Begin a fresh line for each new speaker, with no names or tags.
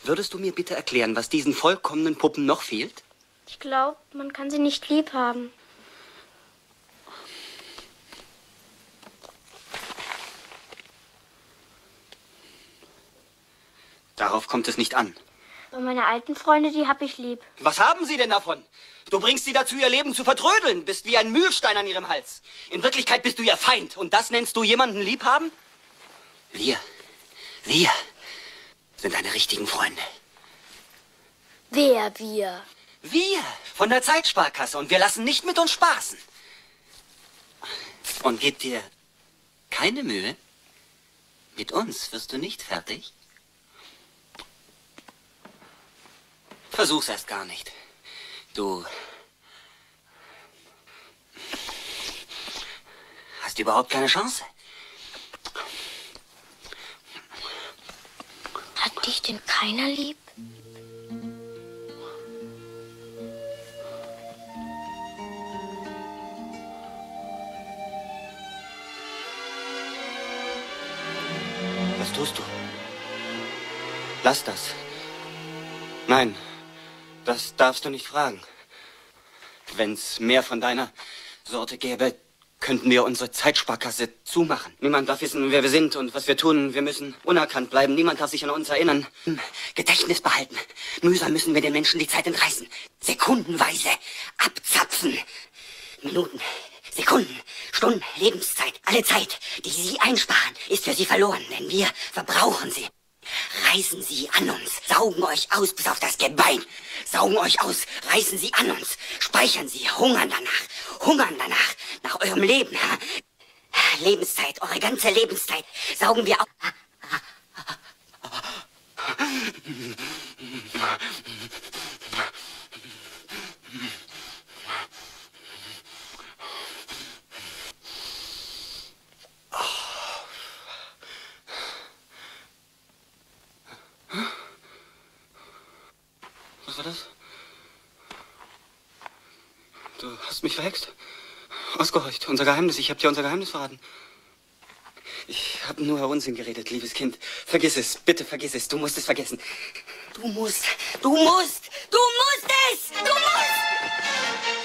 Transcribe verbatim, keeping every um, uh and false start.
Würdest du mir bitte erklären, was diesen vollkommenen Puppen noch fehlt?
Ich glaube, man kann sie nicht lieb haben.
Darauf kommt es nicht an.
Aber meine alten Freunde, die hab ich lieb.
Was haben sie denn davon? Du bringst sie dazu, ihr Leben zu vertrödeln, bist wie ein Mühlstein an ihrem Hals. In Wirklichkeit bist du ihr Feind. Und das nennst du jemanden lieb haben? Wir, wir sind deine richtigen Freunde.
Wer wir?
Wir von der Zeitsparkasse. Und wir lassen nicht mit uns spaßen. Und gib dir keine Mühe. Mit uns wirst du nicht fertig. Versuch's erst gar nicht. Du hast überhaupt keine Chance.
Hat dich denn keiner lieb?
Was tust du? Lass das. Nein. Das darfst du nicht fragen. Wenn's mehr von deiner Sorte gäbe, könnten wir unsere Zeitsparkasse zumachen. Niemand darf wissen, wer wir sind und was wir tun. Wir müssen unerkannt bleiben. Niemand darf sich an uns erinnern. Gedächtnis behalten. Mühsam müssen wir den Menschen die Zeit entreißen. Sekundenweise abzapfen. Minuten, Sekunden, Stunden, Lebenszeit. Alle Zeit, die Sie einsparen, ist für Sie verloren, denn wir verbrauchen sie. Reißen Sie an uns, saugen euch aus bis auf das Gebein, saugen euch aus, reißen Sie an uns, speichern Sie, hungern danach, hungern danach, nach eurem Leben. Lebenszeit, eure ganze Lebenszeit, saugen wir auf.
Was war das? Du hast mich verhext. Ausgehorcht. Unser Geheimnis. Ich habe dir unser Geheimnis verraten. Ich habe nur Unsinn geredet, liebes Kind. Vergiss es. Bitte vergiss es. Du musst es vergessen.
Du musst, du musst, du musst es! Du musst!